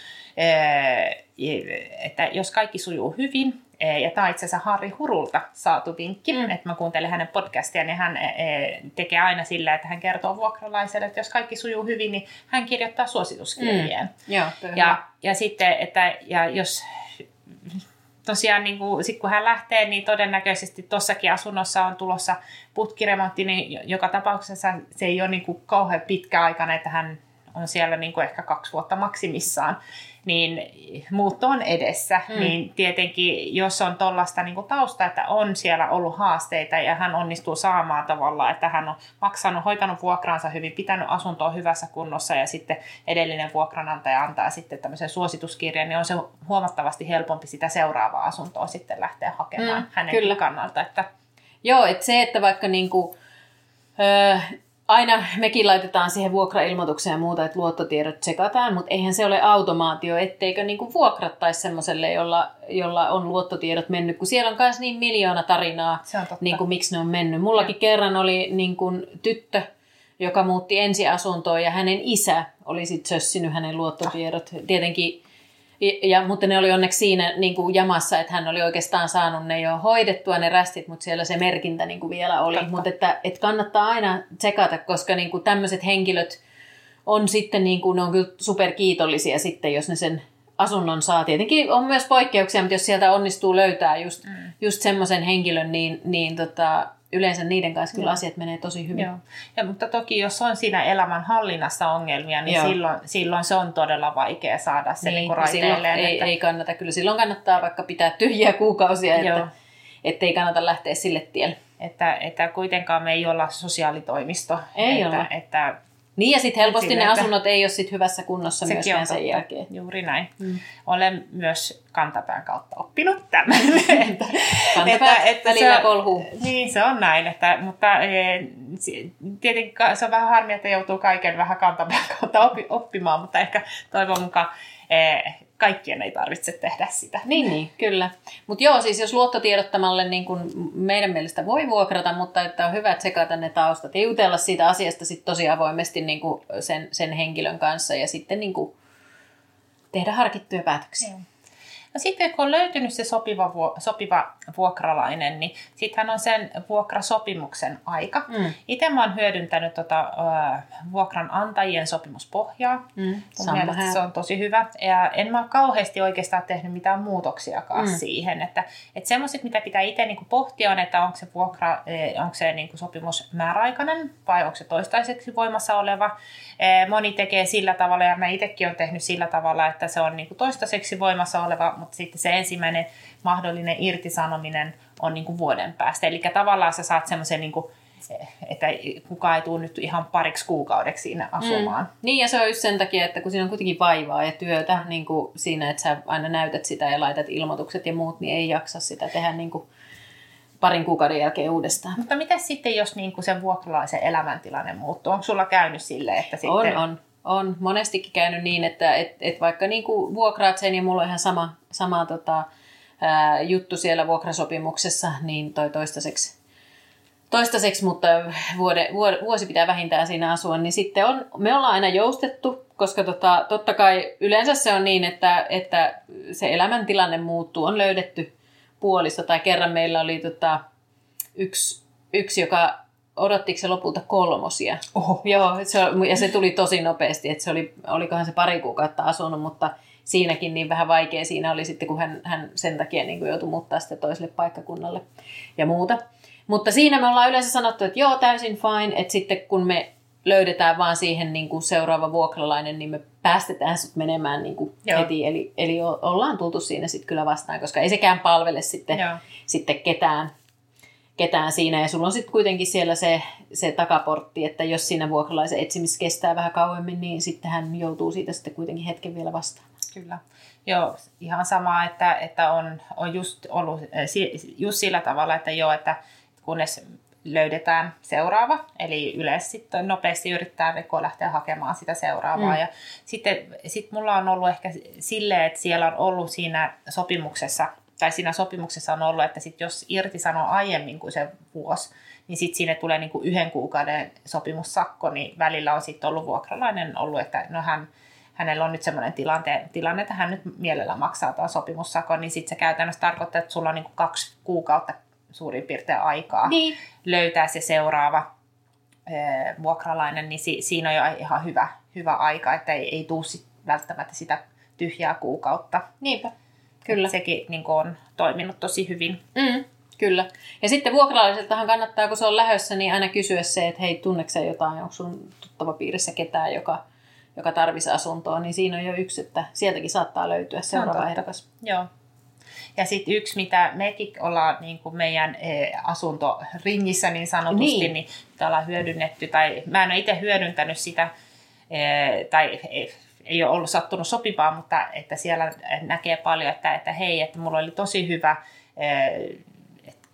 jos kaikki sujuu hyvin, ja tämä on itse asiassa Harri Hurulta saatu vinkki, että mä kuuntelen hänen podcastiaan, niin hän tekee aina sillä, että hän kertoo vuokralaiselle, että jos kaikki sujuu hyvin, niin hän kirjoittaa suosituskirjeen. Ja sitten, että jos tosiaan niin sit kun hän lähtee, niin todennäköisesti tuossakin asunnossa on tulossa putkiremontti, niin joka tapauksessa se ei ole niin kuin kauhean pitkä aikana, että hän on siellä niin kuin ehkä 2 vuotta maksimissaan, niin muutto on edessä. Niin tietenkin, jos on tuollaista niin kuin tausta, että on siellä ollut haasteita ja hän onnistuu saamaan tavallaan, että hän on hoitanut vuokraansa hyvin, pitänyt asuntoa hyvässä kunnossa ja sitten edellinen vuokranantaja antaa sitten tämmöisen suosituskirjan, niin on se huomattavasti helpompi sitä seuraavaa asuntoa sitten lähteä hakemaan hänen kannalta. Että Joo, että se, että vaikka niinku, aina mekin laitetaan siihen vuokrailmoitukseen ja muuta, että luottotiedot tsekataan, mutta eihän se ole automaatio, etteikö niinku vuokrattaisi semmoiselle, jolla on luottotiedot mennyt, kun siellä on myös niin miljoona tarinaa, niinku, miksi ne on mennyt. Mullakin kerran oli niinku tyttö, joka muutti ensiasuntoon ja hänen isä oli sitten sössinyt hänen luottotiedot. Tietenkin, mutta ne oli onneksi siinä niin kuin jamassa, että hän oli oikeastaan saanut ne jo hoidettua ne rästit, mutta siellä se merkintä niin kuin vielä oli. Mutta että kannattaa aina tsekata, koska niin kuin tämmöiset henkilöt on sitten, niin kuin, ne on kyllä superkiitollisia sitten, jos ne sen asunnon saa. Tietenkin on myös poikkeuksia, mutta jos sieltä onnistuu löytää just semmoisen henkilön, niin yleensä niiden kanssa kyllä asiat menee tosi hyvin. Joo. Ja, mutta toki jos on siinä elämän hallinnassa ongelmia, niin silloin se on todella vaikea saada se niin raiteilleen. Ei kannata. Kyllä silloin kannattaa vaikka pitää tyhjiä kuukausia, ettei kannata lähteä sille tielle. Että kuitenkaan me ei olla sosiaalitoimisto. Ei olla. Niin ja sitten helposti ne asunnot ei ole sit hyvässä kunnossa myöskään sen jälkeen. Juuri näin. Olen myös kantapään kautta oppinut tämän. Kantapää välillä kolhuu. Niin, se on näin. Mutta tietenkin se on vähän harmi, että joutuu kaiken vähän kantapään kautta oppimaan, mutta ehkä toivon mukaan kaikkien ei tarvitse tehdä sitä. Niin, kyllä. Mutta joo, siis jos luottotiedottamalle niin kun meidän mielestä voi vuokrata, mutta että on hyvä tsekata ne taustat ja jutella siitä asiasta sit tosi avoimesti niin kun sen henkilön kanssa ja sitten niin kun tehdä harkittuja päätöksiä. No sitten kun on löytynyt se sopiva vuokralainen, niin sittenhän on sen vuokrasopimuksen aika. Itse mä oon hyödyntänyt vuokranantajien sopimuspohjaa. Mun mielestä se on tosi hyvä. Ja en mä ole kauheasti oikeastaan tehnyt mitään muutoksiakaan siihen. Että semmoiset, mitä pitää itse niinku pohtia, on, että onko se vuokra, onko se niinku sopimus määräaikainen vai onko se toistaiseksi voimassa oleva. Moni tekee sillä tavalla, ja mä itsekin olen tehnyt sillä tavalla, että se on niinku toistaiseksi voimassa oleva, mutta sitten se ensimmäinen mahdollinen irtisanominen on niinku vuoden päästä. Eli tavallaan sä saat semmoisen, niinku, että kukaan ei tule nyt ihan pariksi kuukaudeksi siinä asumaan. Niin, ja se on just sen takia, että kun siinä on kuitenkin vaivaa ja työtä niin kuin siinä, että sä aina näytät sitä ja laitat ilmoitukset ja muut, niin ei jaksa sitä tehdä niin kuin parin kuukauden jälkeen uudestaan. Mutta mitä sitten, jos niinku sen vuokralaisen elämäntilanne muuttuu? Onko sulla käynyt silleen, että sitten... On monestikin käynyt niin, että vaikka niinku vuokraat sen ja mulla on ihan sama juttu siellä vuokrasopimuksessa, niin toi toistaiseksi, mutta vuosi pitää vähintään siinä asua, niin sitten me ollaan aina joustettu, koska totta kai yleensä se on niin, että se elämäntilanne muuttuu, on löydetty puoliso, tai kerran meillä oli yksi, joka odottiko se lopulta 3. Oho. Joo, ja se tuli tosi nopeasti, että olikohan se pari kuukautta asunut, mutta siinäkin niin vähän vaikea siinä oli sitten, kun hän sen takia niin kuin joutui muuttaa sitten toiselle paikkakunnalle ja muuta. Mutta siinä me ollaan yleensä sanottu, että joo, täysin fine, että sitten kun me löydetään vaan siihen niin kuin seuraava vuokralainen, niin me päästetään sut menemään niin kuin heti. Eli ollaan tultu siinä sitten kyllä vastaan, koska ei sekään palvele sitten ketään siinä. Ja sulla on sitten kuitenkin siellä se takaportti, että jos siinä vuokralaisen etsimis kestää vähän kauemmin, niin sitten hän joutuu siitä sitten kuitenkin hetken vielä vastaan. Kyllä. Joo, ihan sama, että on just ollut just sillä tavalla, että kunnes löydetään seuraava, eli yleensä sitten nopeasti yrittää lähteä hakemaan sitä seuraavaa. Ja sitten mulla on ollut ehkä silleen, että siellä on ollut siinä sopimuksessa on ollut, että sit jos irtisanoo aiemmin kuin se vuosi, niin sitten siinä tulee niinku 1 kuukauden sopimussakko, niin välillä on sitten ollut vuokralainen ollut, että no hänellä on nyt semmoinen tilanne, että hän nyt mielellä maksaa tämän sopimussakon, niin sitten se käytännössä tarkoittaa, että sulla on niinku 2 kuukautta suurin piirtein aikaa löytää se seuraava vuokralainen, niin siinä on jo ihan hyvä aika, että ei tule välttämättä sitä tyhjää kuukautta. Niinpä, kyllä. Sekin niin on toiminut tosi hyvin. Kyllä. Ja sitten vuokralaiseltahan kannattaa, kun se on lähdössä, niin aina kysyä se, että hei, tunneeko sä jotain, onko sun tuttava piirissä ketään, joka tarvitsee asuntoa, niin siinä on jo yksi, että sieltäkin saattaa löytyä seuraava ehdokas. Joo. Ja sitten yksi, mitä mekin ollaan niin kuin meidän asuntoringissä niin sanotusti, niin ollaan hyödynnetty, tai mä en ole itse hyödyntänyt sitä, tai ei ole ollut sattunut sopivaa, mutta että siellä näkee paljon, että hei, että mulla oli tosi hyvä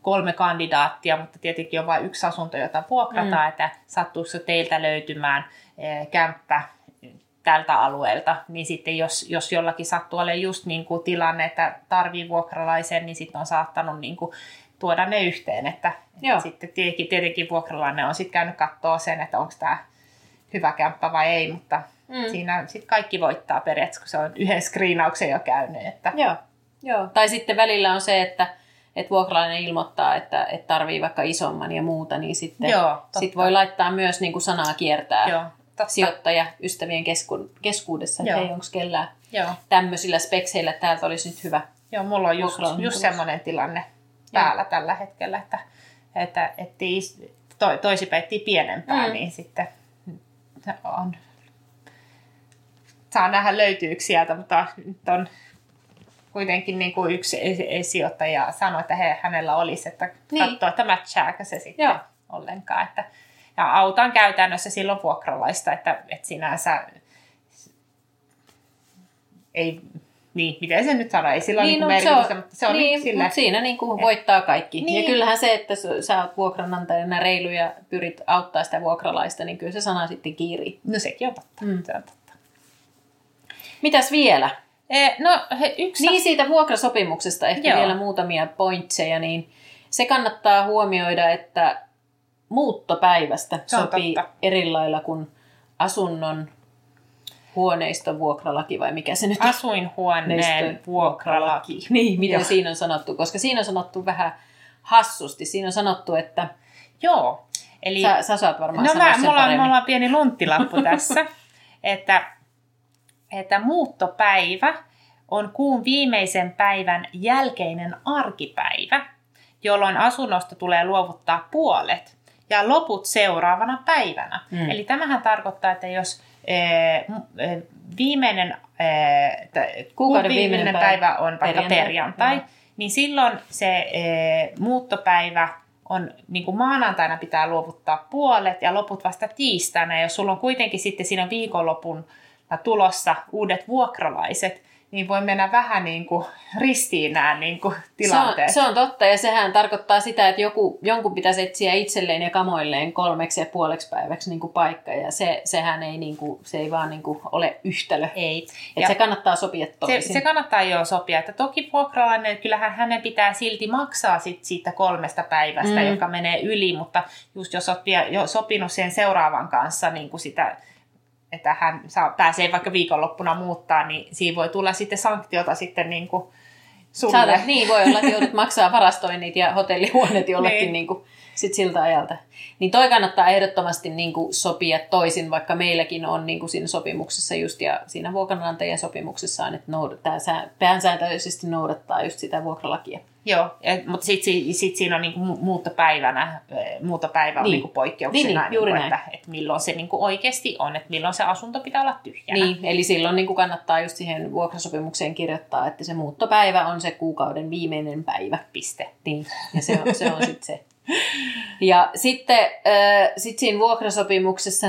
3 kandidaattia, mutta tietenkin on vain yksi asunto, jota vuokrataan, että sattuuko teiltä löytymään kämppä tältä alueelta, niin sitten jos jollakin sattuu olemaan just niin kuin tilanne, että tarvii vuokralaisen, niin sitten on saattanut niin kuin tuoda ne yhteen, että sitten tietenkin vuokralainen on sitten käynyt katsoa sen, että onko tämä hyvä kämppä vai ei, mutta siinä sitten kaikki voittaa periaatteessa, kun se on yhden screenauksen jo käynyt. Että... Joo. Tai sitten välillä on se, että vuokralainen ilmoittaa, että tarvii vaikka isomman ja muuta, niin sitten sit voi laittaa myös niin kuin sanaa kiertää sijoittaja ystävien keskuudessa, että hei, onko kellään tämmöisillä spekseillä, että täältä olisi nyt hyvä. Joo, mulla on just semmoinen tilanne päällä tällä hetkellä, että toisinpäin pienempää, niin sitten saa nähdä löytyykö sieltä, mutta nyt on kuitenkin niin kuin yksi sijoittaja sanoi, että hänellä olisi, että katsoo, että matchaako se sitten ollenkaan. Ja autan käytännössä silloin vuokralaista, että sinänsä ei, niin miten se nyt sanoo, ei sillä ole merkitystä, mutta se on sille, mutta siinä niin kuin voittaa kaikki. Niin. Ja kyllähän se, että sä oot vuokranantajana reilu ja pyrit auttaa sitä vuokralaista, niin kyllä se sana sitten kiirii. No sekin on totta. Se on totta. Mitäs vielä? Yksi... Niin siitä vuokrasopimuksesta ehkä vielä muutamia pointseja, niin se kannattaa huomioida, että muuttopäivästä sopii eri lailla kuin asunnon huoneiston vuokralaki vai mikä se nyt on? Asuinhuoneen vuokralaki. Niin, miten siinä on sanottu, koska siinä on sanottu vähän hassusti. Siinä on sanottu, että... Joo. Eli... Sä saat varmaan sanoa sen paremmin. Mulla on pieni lunttilappu tässä, että muuttopäivä on kuun viimeisen päivän jälkeinen arkipäivä, jolloin asunnosta tulee luovuttaa puolet ja loput seuraavana päivänä. Eli tämähän tarkoittaa, että jos kuukauden viimeinen päivä on vaikka perjantai, niin silloin se muuttopäivä on niin kuin maanantaina pitää luovuttaa puolet ja loput vasta tiistaina. Ja jos sulla on kuitenkin sitten siinä viikonlopun tulossa uudet vuokralaiset, niin voi mennä vähän niin kuin ristiin nämä niin kuin tilanteet. Se on totta, ja sehän tarkoittaa sitä, että jonkun pitäisi etsiä itselleen ja kamoilleen 3,5 päiväksi niin kuin paikka, ja sehän ei, niin kuin, se ei vaan niin kuin ole yhtälö. Ei. Että se kannattaa sopia toisin. Se kannattaa jo sopia, että toki vuokralainen, kyllähän hänen pitää silti maksaa siitä 3 päivästä, joka menee yli, mutta just jos olet jo sopinut sen seuraavan kanssa niin kuin sitä, että hän pääsee vaikka viikonloppuna muuttaa, niin siinä voi tulla sitten sanktiota sitten niin kuin sulle. Niin, voi olla, että joudut maksaa varastoinnit ja hotellihuoneet jollekin niin kuin sit siltä ajalta. Niin toi kannattaa ehdottomasti niin kuin sopia toisin, vaikka meilläkin on niin kuin siinä sopimuksessa just, ja siinä vuokranantajien sopimuksessa on, että pääsääntöisesti noudattaa just sitä vuokralakia. Joo, mutta sitten siinä on niinku muuttopäivä on niinku poikkeuksena, että milloin se niinku oikeasti on, että milloin se asunto pitää olla tyhjänä. Niin, eli silloin niinku kannattaa just siihen vuokrasopimukseen kirjoittaa, että se muuttopäivä on se kuukauden viimeinen päivä. Piste. Niin, ja se on sitten se. Ja sitten siinä vuokrasopimuksessa,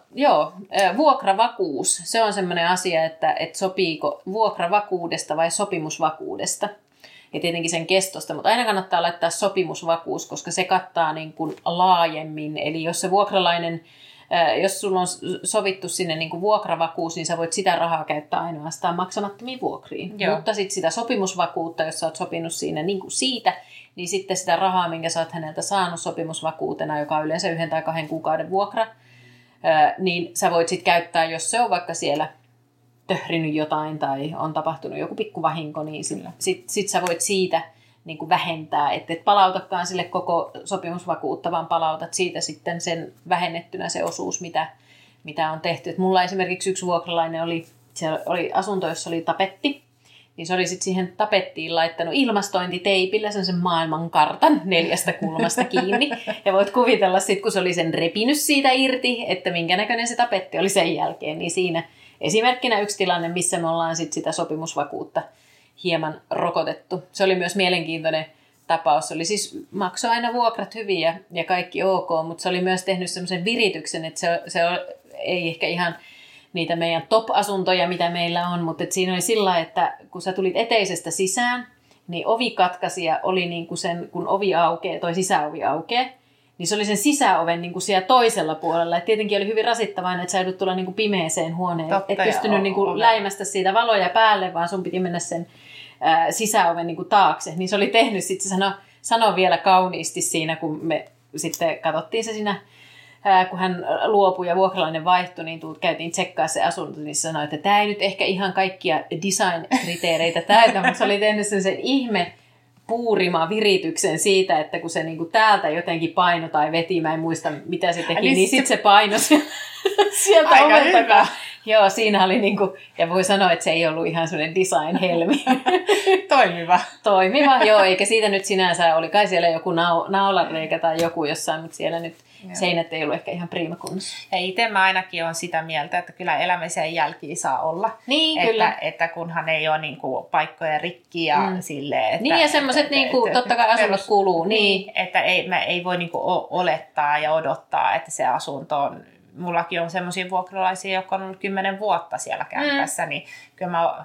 vuokravakuus, se on semmoinen asia, että sopiiko vuokravakuudesta vai sopimusvakuudesta. Ja tietenkin sen kestosta, mutta aina kannattaa laittaa sopimusvakuus, koska se kattaa niin kuin laajemmin. Eli jos se vuokralainen, jos sulla on sovittu sinne niin kuin vuokravakuus, niin sä voit sitä rahaa käyttää ainoastaan maksamattomiin vuokriin. Joo. Mutta sitten sitä sopimusvakuutta, jos sä oot sopinut siinä niin kuin siitä, niin sitten sitä rahaa, minkä sä oot häneltä saanut sopimusvakuutena, joka on yleensä 1 tai 2 kuukauden vuokra, niin sä voit sitten käyttää, jos se on vaikka siellä töhrinyt jotain tai on tapahtunut joku pikkuvahinko, niin sit sä voit siitä niin kuin vähentää, että et palautakaan sille koko sopimusvakuutta, vaan palautat siitä sitten sen vähennettynä se osuus, mitä on tehty. Et mulla esimerkiksi yksi vuokralainen oli asunto, jossa oli tapetti, niin se oli sitten siihen tapettiin laittanut ilmastointiteipillä sen maailmankartan 4 kulmasta kiinni. Ja voit kuvitella sitten, kun se oli sen repinyt siitä irti, että minkä näköinen se tapetti oli sen jälkeen, niin siinä esimerkkinä yksi tilanne, missä me ollaan sit sitä sopimusvakuutta hieman rokotettu. Se oli myös mielenkiintoinen tapaus. Se oli siis maksoi aina vuokrat hyvin ja kaikki ok, mutta se oli myös tehnyt semmoisen virityksen, että se ei ehkä ihan niitä meidän top-asuntoja, mitä meillä on, mutta siinä oli sillä, että kun sä tulit eteisestä sisään, niin ovikatkaisija oli niin kuin sen, kun ovi aukeaa, toi sisäovi aukeaa, niin se oli sen sisäoven niin kuin siellä toisella puolella. Et tietenkin oli hyvin rasittavainen, että sä joudut tulla niin kuin pimeeseen huoneen. Et pystynyt niin kuin läimästä siitä valoja päälle, vaan sun piti mennä sen sisäoven niin kuin taakse. Niin se oli tehnyt, sitten se sanoi vielä kauniisti siinä, kun me sitten katsottiin se siinä, kun hän luopui ja vuokralainen vaihtui, niin käytiin tsekkaa se asunto, niin sanoi, että tämä ei nyt ehkä ihan kaikkia design-kriteereitä täytä, mutta se oli tehnyt sen ihme puurima virityksen siitä, että kun se niinku täältä jotenkin paino tai veti, mä en muista mitä se teki, niin sitten se paino sieltä oven takaa. Joo, siinä oli niinku, ja voi sanoa, että se ei ollut ihan sellainen design-helmi. Toimiva, joo, eikä siitä nyt sinänsä, oli kai siellä joku naulanreikä tai joku jossain, mutta siellä nyt seinät ei ollut ehkä ihan priimakunnossa. Ja itse mä ainakin olen sitä mieltä, että kyllä elämisen jälkiä saa olla. Niin, kyllä. Että kunhan ei ole niinku paikkoja rikki ja silleen. Että, niin, ja semmoiset, niinku, totta kai asunnot kuuluu. Niin, että ei voi niinku olettaa ja odottaa, että se asunto on. Mullakin on semmoisia vuokralaisia, jotka on ollut 10 vuotta siellä kämpässä, niin kyllä mä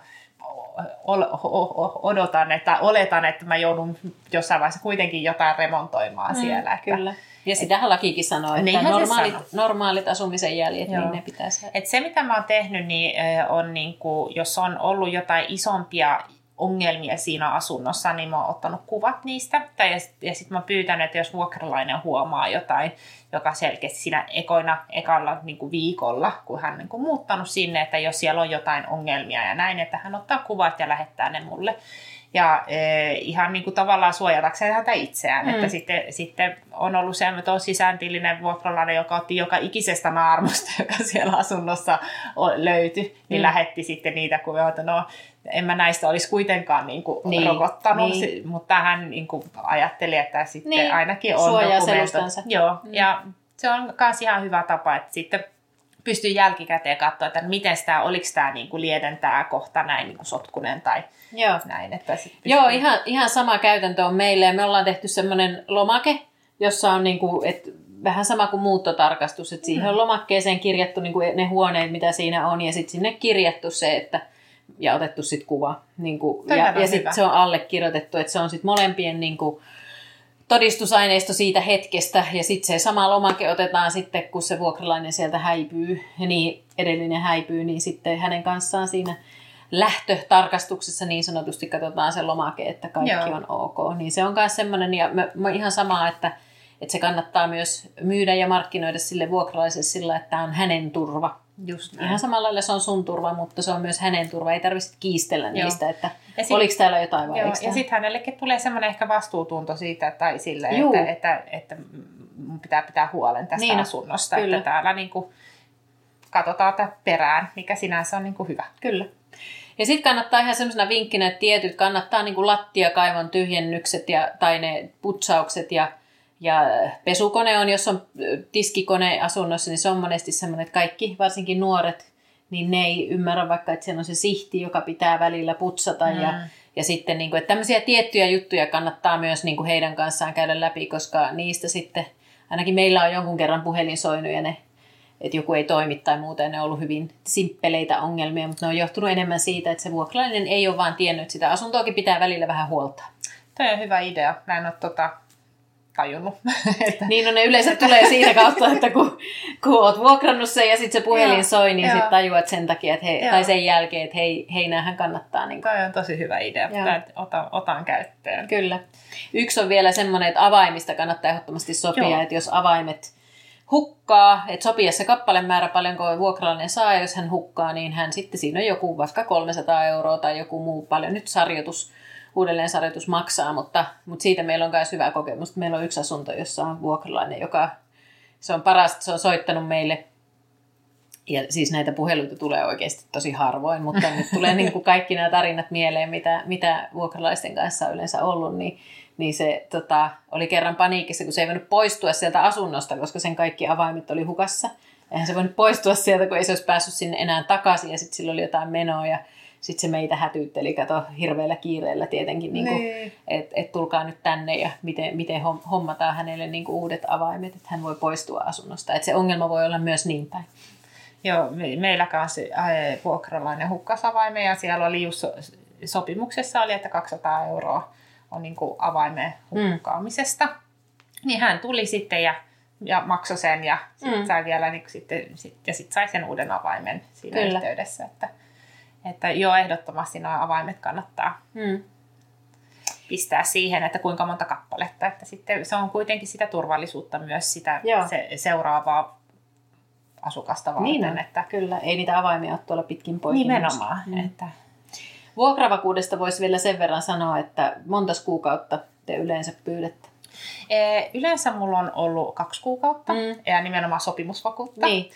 oletan, että mä joudun jossain vaiheessa kuitenkin jotain remontoimaan siellä. Että, kyllä. Ja sitähän lakikin sanoo, että normaalit asumisen jäljet, niin ne pitäisi. Et se, mitä mä oon tehnyt, niin on niinku, jos on ollut jotain isompia ongelmia siinä asunnossa, niin mä oon ottanut kuvat niistä. Ja sitten mä oon pyytänyt, että jos vuokralainen huomaa jotain, joka selkeästi siinä ekalla niin kuin viikolla, kun hän on niin kuin muuttanut sinne, että jos siellä on jotain ongelmia ja näin, että hän ottaa kuvat ja lähettää ne mulle. Ja ihan niin kuin tavallaan suojatakseen häntä itseään. Että sitten on ollut se sisäntillinen vuokralainen, joka otti joka ikisestä naarmusta, joka siellä asunnossa löytyi, niin lähetti sitten niitä kuvia, että no en mä näistä olisi kuitenkaan niin kuin rokottanut, mutta hän niin kuin ajatteli, että sitten ainakin on dokumentoitu. Joo, ja se on myös ihan hyvä tapa, että sitten pystyy jälkikäteen katsoa, että miten tämä, oliko tämä niin kuin liedentää kohta näin niin kuin sotkunen tai näin. Että Joo, ihan sama käytäntö on meille ja me ollaan tehty semmoinen lomake, jossa on niin kuin, vähän sama kuin muuttotarkastus, että siihen on lomakkeeseen kirjattu niin kuin ne huoneet, mitä siinä on ja sitten sinne kirjattu se, että ja otettu sitten kuva. Niin kuin, ja sitten se on allekirjoitettu, että se on sitten molempien niin kuin, todistusaineisto siitä hetkestä, ja sitten se sama lomake otetaan sitten, kun se vuokralainen sieltä häipyy, ja niin edellinen häipyy, niin sitten hänen kanssaan siinä lähtötarkastuksessa niin sanotusti katsotaan se lomake, että kaikki on ok. Niin se on myös semmoinen, ja mä ihan samaa, että se kannattaa myös myydä ja markkinoida sille vuokralaiselle sillä, että tämä on hänen turva. Just ihan samalla lailla se on sun turva, mutta se on myös hänen turva. Ei tarvitse kiistellä niistä, että oliko täällä jotain vai eikö. Ja sitten hänellekin tulee semmoinen ehkä vastuutunto siitä, tai sille, että mun pitää huolen tästä asunnosta. Kyllä. Että täällä niinku katsotaan tätä perään, mikä sinänsä on niinku hyvä. Kyllä. Ja sitten kannattaa ihan semmoisena vinkkinä, että tietyt kannattaa niinku lattiakaivon tyhjennykset tai ne putsaukset ja pesukone on, jos on tiskikone asunnossa, niin se on monesti semmoinen, että kaikki, varsinkin nuoret, niin ne ei ymmärrä vaikka, että siellä on se sihti, joka pitää välillä putsata. Ja sitten, niin kuin, että tämmöisiä tiettyjä juttuja kannattaa myös niin kuin heidän kanssaan käydä läpi, koska niistä sitten, ainakin meillä on jonkun kerran puhelin soinut ja että joku ei toimi tai muuta, ja ne on ollut hyvin simppeleitä ongelmia, mutta ne on johtunut enemmän siitä, että se vuokralainen ei ole vaan tiennyt, että sitä asuntoakin pitää välillä vähän huoltaa. Toi on hyvä idea. Mä en ole tajunnut. Niin, no ne yleensä tulee siitä kautta, että kun oot vuokrannut sen ja sitten se puhelin soi, niin sitten tajuat sen takia, että tai sen jälkeen, että hei, näähän kannattaa. Niin toi on tosi hyvä idea. Otan käyttöön. Kyllä. Yksi on vielä semmoinen, että avaimista kannattaa ehdottomasti sopia, että jos avaimet hukkaa, että sopia se kappalemäärä paljonko vuokralainen saa, ja jos hän hukkaa, niin hän sitten siinä on joku vaikka 300 € tai joku muu paljon nyt uudelleensarjoitus maksaa, mutta siitä meillä on myös hyvä kokemus. Meillä on yksi asunto, jossa on vuokralainen, se on parasta, se on soittanut meille. Ja siis näitä puheluita tulee oikeasti tosi harvoin, mutta nyt tulee niin kuin kaikki nämä tarinat mieleen, mitä vuokralaisten kanssa on yleensä ollut, niin se oli kerran paniikissa, kun se ei voinut poistua sieltä asunnosta, koska sen kaikki avaimet oli hukassa. Eihän se voinut poistua sieltä, kun ei se olisi päässyt sinne enää takaisin, ja sitten sillä oli jotain menoa, ja sitten se meitä hätyytteli, hirveällä kiireellä tietenkin, että tulkaa nyt tänne ja miten hommataan hänelle niin kuin uudet avaimet, että hän voi poistua asunnosta. Että se ongelma voi olla myös niin päin. Joo, meillä kanssa vuokralainen hukkasi avaimen ja siellä oli just sopimuksessa oli, että 200 € on niin kuin avaimen hukkaamisesta. Niin hän tuli sitten ja maksoi sen ja sitten sai vielä niin sit sai sen uuden avaimen siinä yhteydessä. Että joo, ehdottomasti nuo avaimet kannattaa pistää siihen, että kuinka monta kappaletta. Että sitten se on kuitenkin sitä turvallisuutta myös sitä seuraavaa asukasta varten. Niin että kyllä, ei niitä avaimia ole tuolla pitkin poikin. Nimenomaan. Että vuokravakuudesta voisi vielä sen verran sanoa, että montas kuukautta te yleensä pyydätte? Yleensä mulla on ollut 2 kuukautta ja nimenomaan sopimusvakuutta. Niin.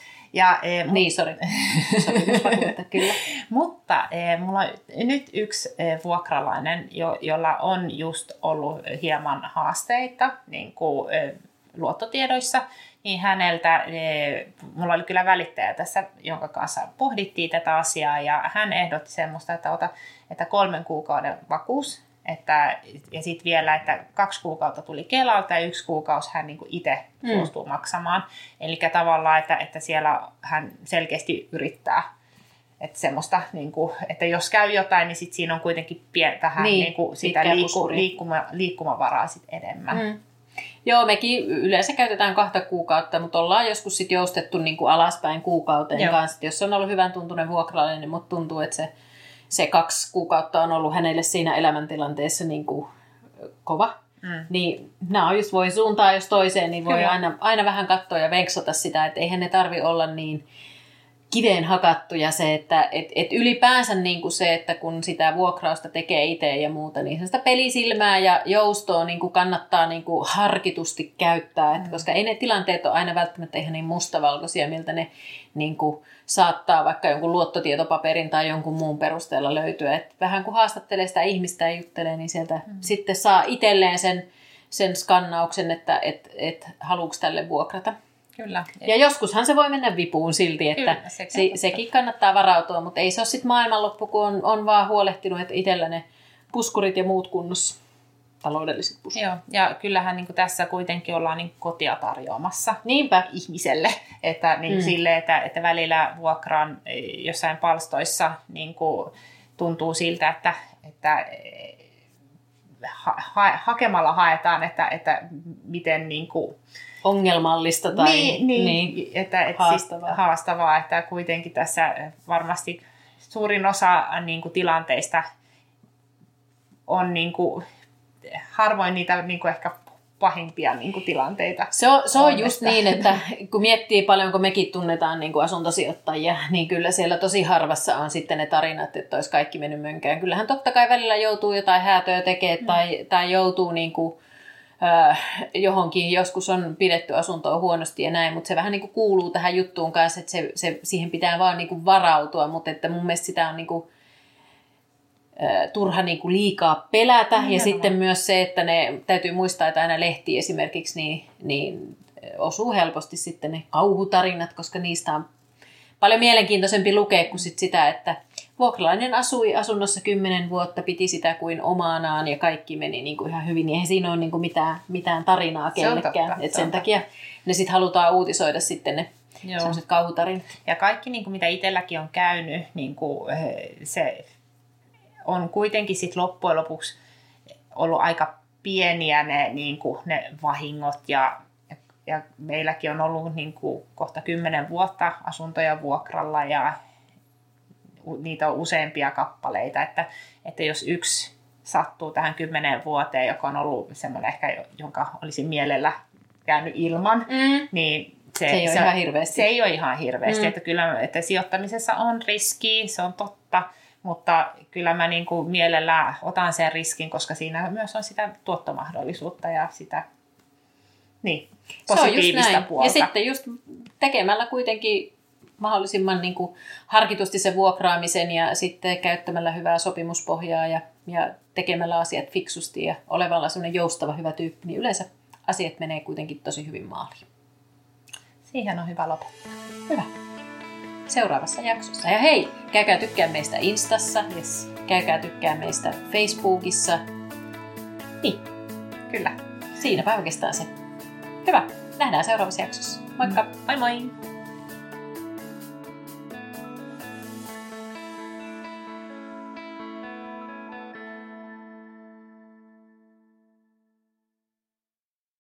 Sopimusvakuutta, kyllä. Mutta mulla on nyt yksi vuokralainen, jolla on just ollut hieman haasteita niin kuin luottotiedoissa. Niin häneltä, mulla oli kyllä välittäjä tässä, jonka kanssa pohdittiin tätä asiaa, ja hän ehdotti semmoista, että 3 kuukauden vakuus, ja sitten vielä, että 2 kuukautta tuli Kelalta ja 1 kuukausi hän niin kuin itse suostuu maksamaan. Eli tavallaan, että siellä hän selkeästi yrittää. Että semmoista, niin kuin, että jos käy jotain, niin sit siinä on kuitenkin vähän niin kuin sitä liikkumavaraa sit enemmän. Joo, mekin yleensä käytetään 2 kuukautta, mutta ollaan joskus sit joustettu niin kuin alaspäin kuukauteen kanssa. Jos on ollut hyvän tuntunen vuokralainen, niin mutta tuntuu, että se 2 kuukautta on ollut hänelle siinä elämäntilanteessa niin kuin kova. Niin nämä on just voi suuntaan jos toiseen, niin voi aina vähän katsoa ja venksota sitä, että eihän ne tarvi olla niin kiveen hakattuja se, että ylipäänsä niin kuin se, että kun sitä vuokrausta tekee itse ja muuta, niin sitä pelisilmää ja joustoa niin kuin kannattaa niin kuin harkitusti käyttää, koska ei ne tilanteet ole aina välttämättä ihan niin mustavalkoisia, miltä ne niin kuin saattaa vaikka jonkun luottotietopaperin tai jonkun muun perusteella löytyä. Et vähän kun haastattelee sitä ihmistä ja juttelee, niin sieltä sitten saa itselleen sen skannauksen, että haluuko tälle vuokrata. Kyllä. Ja joskushan se voi mennä vipuun silti, että kyllä, sekin kannattaa varautua, mutta ei se ole sitten maailmanloppu, kun on vaan huolehtinut, että itsellä ne puskurit ja muut kunnossa, taloudelliset puskurit. Joo, ja kyllähän niin kuin tässä kuitenkin ollaan niin kotia tarjoamassa ihmiselle, että, niin sille, että välillä vuokraan jossain palstoissa niin kuin tuntuu siltä, että hakemalla haetaan, että miten niin kuin ongelmallista tai haastavaa, että kuitenkin tässä varmasti suurin osa niin kuin tilanteista on niin kuin, harvoin niitä niin kuin ehkä pahimpia niin kuin tilanteita. Se on just niin, että kun miettii paljonko mekin tunnetaan niin kuin asuntosijoittajia, niin kyllä siellä tosi harvassa on sitten ne tarinat, että olisi kaikki mennyt mönkään. Kyllähän totta kai välillä joutuu jotain häätöä tekemään tai joutuu niin kuin johonkin, joskus on pidetty asuntoa huonosti ja näin, mutta se vähän niin kuin kuuluu tähän juttuun kanssa, että siihen pitää vaan niin kuin varautua, mutta että mun mielestä sitä on niin kuin turha niin kuin liikaa pelätä. Ja sitten myös se, että ne täytyy muistaa, että aina lehti esimerkiksi niin osuu helposti sitten ne kauhutarinat, koska niistä on paljon mielenkiintoisempi lukea kuin sitä, että vuokralainen asui asunnossa 10 vuotta, piti sitä kuin omaanaan ja kaikki meni niin kuin ihan hyvin. Eihän siinä ole niin kuin mitään tarinaa kellekään. Et sen takia ne sitten halutaan uutisoida sitten ne sellaiset kauhutarinat. Ja kaikki, niin kuin mitä itselläkin on käynyt, niin kuin se on kuitenkin sit loppujen lopuksi ollut aika pieniä niin kuin ne vahingot ja meilläkin on ollut niin kuin kohta 10 vuotta asuntoja vuokralla ja niitä on useampia kappaleita, että jos yksi sattuu tähän 10 vuoteen, joka on ollut semmoinen ehkä, jonka olisi mielellä käynyt ilman, niin se ei ole ihan hirveästi. Se ei ole ihan hirveästi, että kyllä että sijoittamisessa on riski, se on totta, mutta kyllä mä niin kuin mielellään otan sen riskin, koska siinä myös on sitä tuottomahdollisuutta ja sitä positiivista puolta. Ja sitten just tekemällä kuitenkin mahdollisimman niin kuin harkitusti sen vuokraamisen ja sitten käyttämällä hyvää sopimuspohjaa ja tekemällä asiat fiksusti ja olevalla semmoinen joustava hyvä tyyppi, niin yleensä asiat menee kuitenkin tosi hyvin maaliin. Siihen on hyvä lopettaa. Hyvä. Seuraavassa jaksossa. Ja hei, käykää tykkää meistä Instassa, käykää tykkää meistä Facebookissa. Niin, kyllä. Siinäpä oikeastaan se. Hyvä. Nähdään seuraavassa jaksossa. Moikka! Moi moi!